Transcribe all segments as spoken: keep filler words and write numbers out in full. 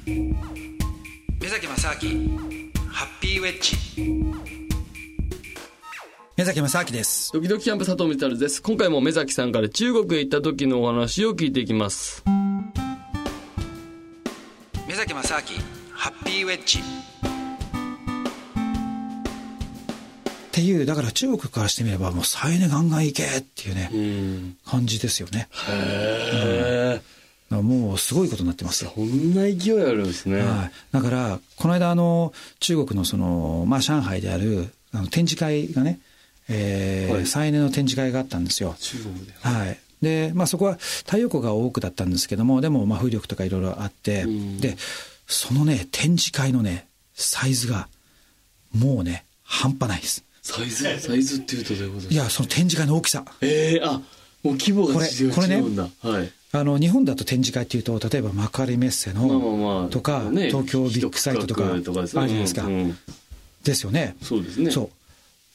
目崎正明ハッピーウェッジ。目崎正明です。 ドキドキキャンプ佐藤光です。今回も目崎さんから中国へ行った時のお話を聞いていきます。 目崎正明ハッピーウェッジっていう、だから中国からしてみればもう再エネガンガン行けっていうね、うん、感じですよね。 へー、 うん、もうすごいことになってますよ。 そんな勢いあるんですね。 はい、だからこの間あの中国のその、まあ、上海であるあの展示会がね、えーはい、再エネの展示会があったんですよ。 中国で、 はい、で、まあ、そこは太陽光が多くだったんですけども、でもまあ風力とかいろいろあって、うん、でそのね展示会のねサイズがもうね半端ないです。 サイズサイズっていうとどういうことですか？ いや、その展示会の大きさ。 えー、あ、もう規模が違う、 これ、これね、 違うんだ。はい。 あの日本だと展示会っていうと、例えば幕張メッセの、まあまあまあ、とか、ね、東京ビッグサイトとかあるじゃないですか。うんうん、ですよね。 そうですね。 そう。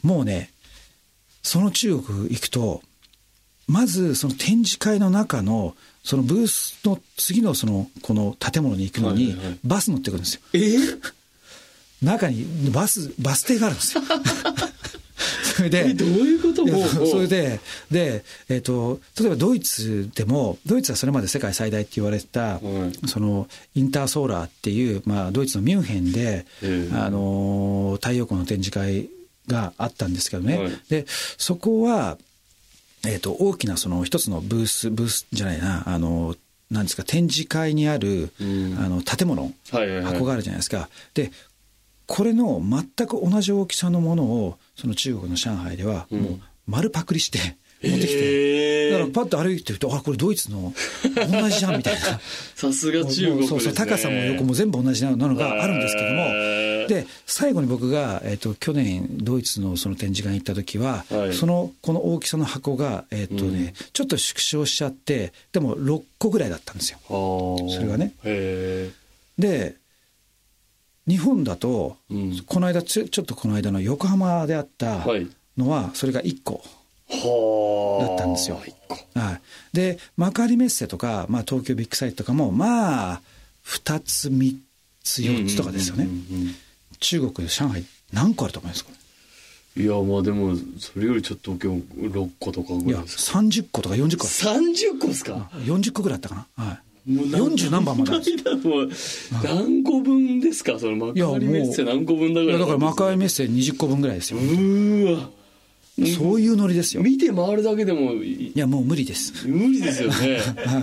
もうね、その中国行くと、まずその展示会の中のそのブースの次のそのこの建物に行くのにバス乗ってくるんですよ。 えー、 中にバスバス停があるんですよ。それでえどういうこともそれでで、えー、と例えばドイツでも、ドイツはそれまで世界最大って言われてた、はい、そのインターソーラーっていう、まあ、ドイツのミュンヘンで、あの太陽光の展示会があったんですけどね、はい、でそこは、えー、と大きなその一つのブースブースじゃないなあのなんですか展示会にある、うん、あの建物、はいはいはい、箱があるじゃないですか。でこれの全く同じ大きさのものをその中国の上海ではもう丸パクリして持ってきて、うん、だからパッと歩いてると、あ、これドイツの同じじゃんみたいな。 さすが中国ですね。 そうそう、高さも横も全部同じなのがあるんですけども、で最後に僕が、えー、と去年ドイツのその展示会に行った時は、はい、そのこの大きさの箱が、えーとねうん、ちょっと縮小しちゃって、でもろっこぐらいだったんですよ。それがね。へで日本だと、うん、この間ちょ、ちょっとこの間の横浜であったのは、はい、それがいっこだったんですよ。はい、で幕張メッセとか、まあ、東京ビッグサイトとかもまあふたつみっつよっつとかですよね。中国上海何個あると思いますか？ いや、まあでもそれよりちょっと今日ろっことかぐらいですか。 いやさんじゅっことかよんじゅっこさんじゅっこですか？ よんじゅっこぐらいあったかな。はい、よんじゅう何番まであるんですよ。 何個分ですか？その幕張メッセ何個分だぐらい。 いやだから幕張メッセにじゅっこぶんぐらいですよ。 うーわ、 そういうノリですよ。 見て回るだけでもいやもう無理です。 無理ですよね。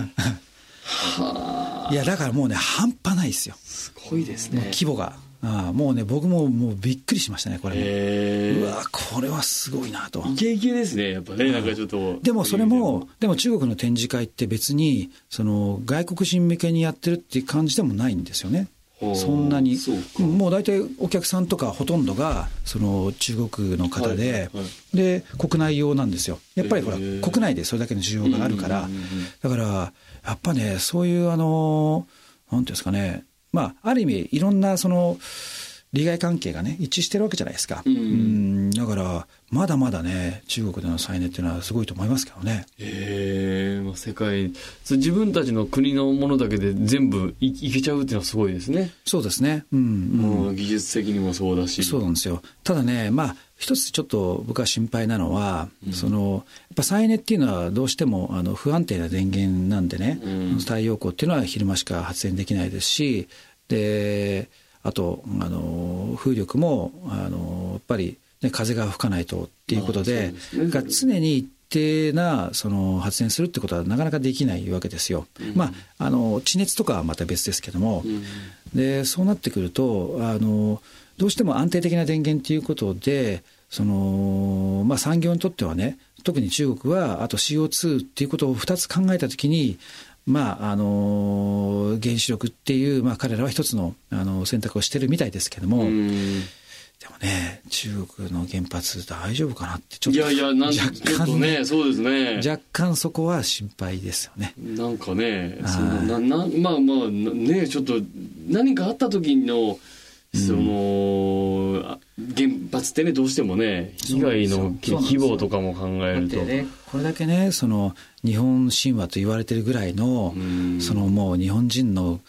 はあ、いやだからもうね半端ないですよ。 すごいですね。 規模が。ああもうね僕ももうびっくりしましたねこれも。うわこれはすごいなと。 イケイケですねやっぱね。なんかちょっとでもそれもでも中国の展示会って別にその外国人向けにやってるっていう感じでもないんですよね。そんなにもう大体お客さんとかほとんどがその中国の方で、はいはい、で国内用なんですよ。やっぱりほら国内でそれだけの需要があるから、だからやっぱねそういうあのなんていうんですかね、まあある意味いろんなその利害関係がね一致してるわけじゃないですか。うん、うんだからまだまだね中国での再エネっていうのはすごいと思いますけどね。 へえ、まあ、世界自分たちの国のものだけで全部 い, いけちゃうっていうのはすごいですね。 そうですね、うんうん、 もう技術的にもそうだし。 そうなんですよ。ただねまあ一つちょっと僕は心配なのは、うん、そのやっぱ再エネっていうのはどうしてもあの不安定な電源なんでね、うん、太陽光っていうのは昼間しか発電できないですし、であとあの風力もあのやっぱり、ね、風が吹かないとっていうことで、ね、が常に一定なその発電するってことはなかなかできないわけですよ。うん、まああの地熱とかはまた別ですけども、うん、でそうなってくるとあのどうしても安定的な電源ということでその、まあ、産業にとってはね特に中国はあと シーオーツー っていうことをふたつ考えたときにまああの原子力っていう、まあ、彼らは一つの、あの選択をしてるみたいですけども、うんでもね中国の原発大丈夫かなってちょっといやいやなん若干ねそうですね若干そこは心配ですよね。 なんかねそのななまあまあねちょっと何かあった時のその、うん、原発ってねどうしてもね被害の規模とかも考えると、 ね、これだけねその日本神話と言われてるぐらいの、うん、そのもう日本人の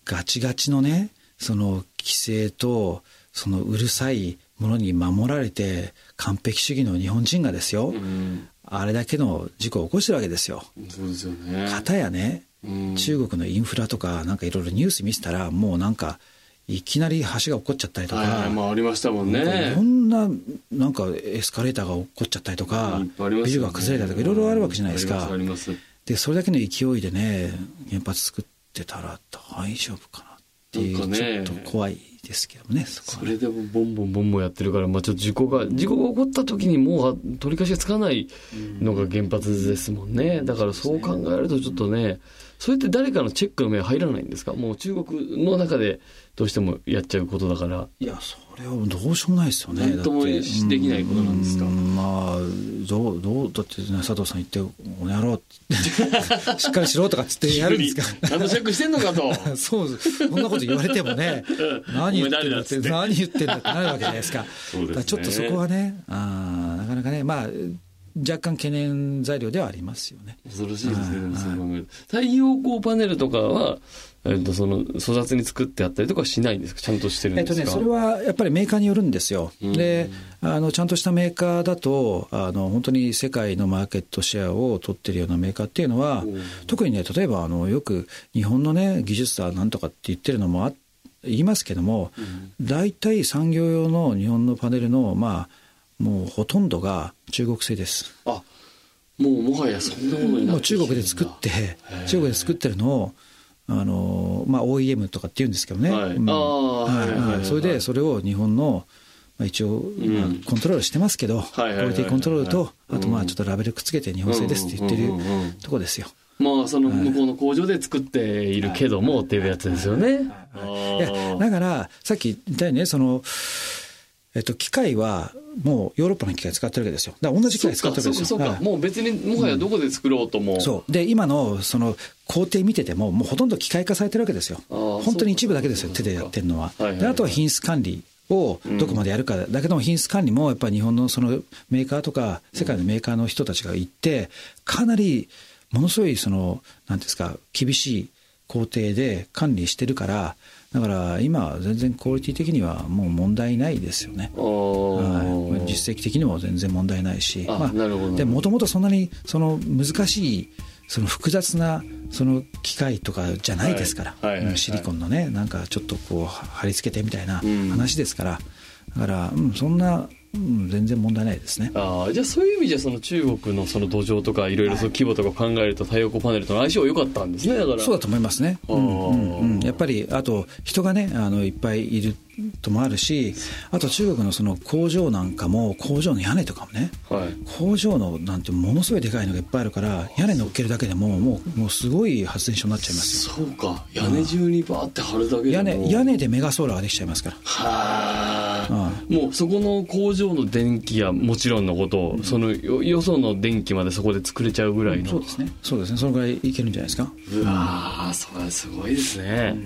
ガチガチのねその規制とそのうるさいものに守られて完璧主義の日本人がですよ、うん、あれだけの事故を起こしてるわけですよ。 そうですよね。 片やね、うん、中国のインフラとかなんかいろいろニュース見せたらもうなんかいきなり橋が起こっちゃったりとか、 はい、まあ、ありましたもんね。 いろんななんかエスカレーターが起こっちゃったりとか、ね、ビルが崩れたりとかいろいろあるわけじゃないですか。 ありますあります。でそれだけの勢いでね原発作ってたら大丈夫かなっていう、ね、ちょっと怖いですけどね。そこはね、 それでもボンボンボンボンやってるから、まあ、ちょっと事故が事故が起こった時にもう取り返しがつかないのが原発ですもんね。だからそう考えるとちょっとね、それって誰かのチェックの目は入らないんですか？もう中国の中でどうしてもやっちゃうことだから。 いやそれはどうしようもないですよね。 何ともできないことなんですか？ まあどうどうだって、ね、佐藤さん言っておねやろうってしっかりしろとかつってやるんですか？ あのチェックしてんのかとそうそんなこと言われてもね何言ってんだって何言ってんだってなるわけじゃないですか。そうですね、だからちょっとそこはねあなかなかねまあ若干懸念材料ではありますよね。 恐ろしいですね。そう考えると太陽光パネルとかは、えー、とその粗雑に作ってあったりとかしないんですか？ちゃんとしてるんですか？ えっとね、それはやっぱりメーカーによるんですよ。であのちゃんとしたメーカーだとあの本当に世界のマーケットシェアを取ってるようなメーカーっていうのは特にね例えばあのよく日本のね技術者なんとかって言ってるのもあ言いますけども、大体産業用の日本のパネルのまあもうほとんどが中国製です。 あ、もうもはやそんなものになってきてるんだ。 もう中国で作って中国で作ってるのをあの、まあ、オーイーエム とかって言うんですけどね、はいうんあはいはいはい、それでそれを日本の、まあ、一応、まあ、コントロールしてますけど、うん、クオリティコントロールとあとまあちょっとラベルくっつけて日本製ですって言ってるとこですよ。 まあその向こうの工場で作っているけどもっていうやつですよね。 いやだからさっき言ったようにねそのえっと、機械はもうヨーロッパの機械使ってるわけですよ。だから同じ機械使ってるわけですよ。 そうかそうか、もう別にもはやどこで作ろうとも、うん、 そうで今のその工程見ててももうほとんど機械化されてるわけですよ。本当に一部だけですよ手でやってるのは、はいはいはい、であとは品質管理をどこまでやるか、うん、だけども品質管理もやっぱり日本のそのメーカーとか世界のメーカーの人たちが行ってかなりものすごいそのなんですか厳しい工程で管理してるからだから今は全然クオリティ的にはもう問題ないですよね。はい、実績的にも全然問題ないし、まあ、でもともとそんなにその難しいその複雑なその機械とかじゃないですから、はいはいはいはい、シリコンのねなんかちょっとこう貼り付けてみたいな話ですから、うん、だから、うん、そんなうん、全然問題ないですね。 ああ、じゃあそういう意味じゃその中国のその土壌とかいろいろその規模とか考えると太陽光パネルとの相性良かったんですね。だからそうだと思いますね。うんうんうん、やっぱりあと人がねあのいっぱいいるともあるし、あと中国のその工場なんかも工場の屋根とかもね、はい、工場のなんてものすごいでかいのがいっぱいあるから屋根乗っけるだけでももう、もうすごい発電所になっちゃいますよ。 そうか、屋根中にバーって貼るだけでも屋根、屋根でメガソーラーができちゃいますから。 はあ、もうそこの工場の電気はもちろんのこと、うん、そのよその電気までそこで作れちゃうぐらいの、うん、 そうですねそうですねそのぐらいいけるんじゃないですか。 うわー、それすごいですね。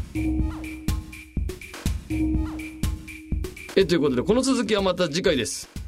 えということでこの続きはまた次回です。